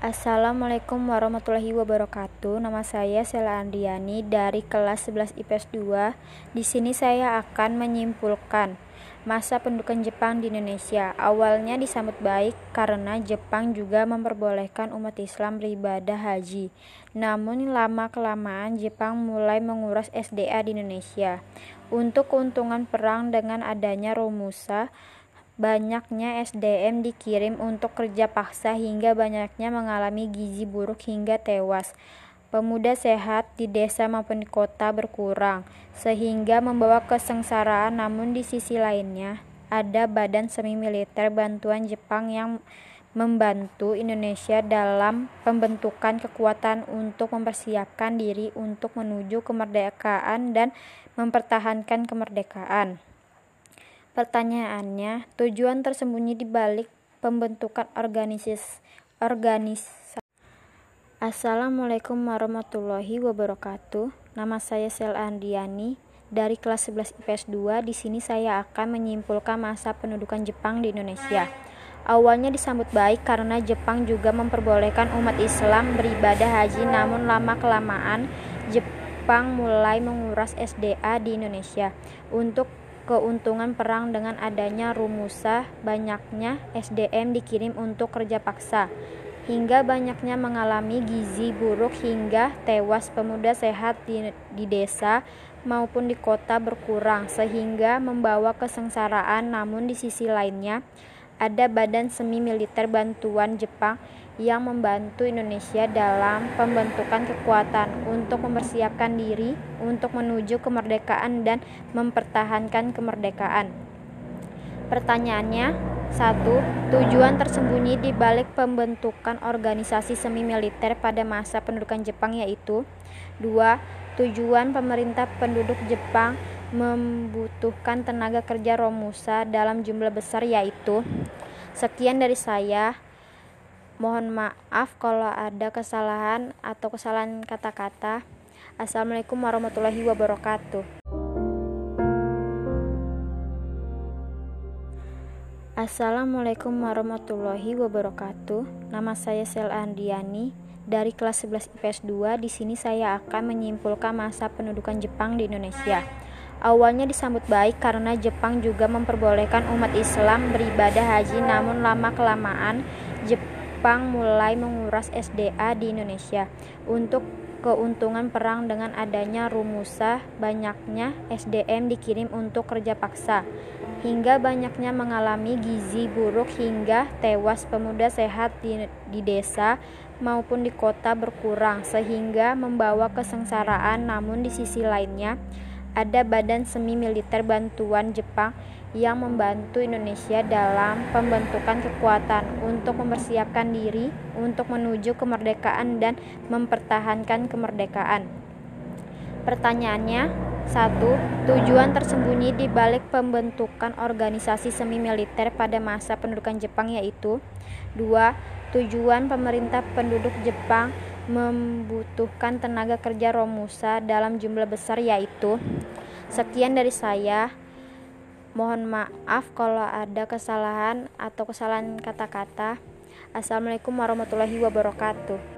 Assalamualaikum warahmatullahi wabarakatuh. Nama saya Sela Andriani dari kelas 11 IPS 2. Di sini saya akan menyimpulkan masa pendudukan Jepang di Indonesia. Awalnya disambut baik karena Jepang juga memperbolehkan umat Islam beribadah haji. Namun lama-kelamaan Jepang mulai menguras SDA di Indonesia. Untuk keuntungan perang dengan adanya Romusa, banyaknya SDM dikirim untuk kerja paksa hingga banyaknya mengalami gizi buruk hingga tewas. Pemuda sehat di desa maupun di kota berkurang, sehingga membawa kesengsaraan. Namun di sisi lainnya, ada badan semi militer bantuan Jepang yang membantu Indonesia dalam pembentukan kekuatan untuk mempersiapkan diri untuk menuju kemerdekaan dan mempertahankan kemerdekaan. Pertanyaannya, tujuan tersembunyi di balik pembentukan organisasi. Assalamualaikum warahmatullahi wabarakatuh. Nama saya Sel Andriani dari kelas 11 IPS 2. Di sini saya akan menyimpulkan masa pendudukan Jepang di Indonesia. Awalnya disambut baik karena Jepang juga memperbolehkan umat Islam beribadah haji, namun lama-kelamaan Jepang mulai menguras SDA di Indonesia. Untuk keuntungan perang dengan adanya Romusa, banyaknya SDM dikirim untuk kerja paksa, hingga banyaknya mengalami gizi buruk hingga tewas. Pemuda sehat di desa maupun di kota berkurang, sehingga membawa kesengsaraan. Namun di sisi lainnya, ada badan semi militer bantuan Jepang yang membantu Indonesia dalam pembentukan kekuatan untuk mempersiapkan diri untuk menuju kemerdekaan dan mempertahankan kemerdekaan. Pertanyaannya, 1. Tujuan tersembunyi di balik pembentukan organisasi semi militer pada masa pendudukan Jepang yaitu 2. Tujuan pemerintah penduduk Jepang membutuhkan tenaga kerja Romusa dalam jumlah besar yaitu. Sekian dari saya. Mohon maaf kalau ada kesalahan atau kesalahan kata-kata. Assalamualaikum warahmatullahi wabarakatuh. Assalamualaikum warahmatullahi wabarakatuh. Nama saya Sel Andriani dari kelas 11 IPS 2. Di sini saya akan menyimpulkan masa pendudukan Jepang di Indonesia. Awalnya disambut baik karena Jepang juga memperbolehkan umat Islam beribadah haji, namun lama-kelamaan Jepang mulai menguras SDA di Indonesia. Untuk keuntungan perang dengan adanya Romusa, banyaknya SDM dikirim untuk kerja paksa, hingga banyaknya mengalami gizi buruk hingga tewas. Pemuda sehat di desa maupun di kota berkurang, sehingga membawa kesengsaraan. Namun di sisi lainnya, ada badan semi militer bantuan Jepang yang membantu Indonesia dalam pembentukan kekuatan untuk mempersiapkan diri untuk menuju kemerdekaan dan mempertahankan kemerdekaan. Pertanyaannya, 1. Tujuan tersembunyi di balik pembentukan organisasi semi militer pada masa pendudukan Jepang yaitu. 2. Tujuan pemerintah penduduk Jepang membutuhkan tenaga kerja Romusa dalam jumlah besar yaitu. Sekian dari saya. Mohon maaf kalau ada kesalahan atau kesalahan kata-kata. Assalamualaikum warahmatullahi wabarakatuh.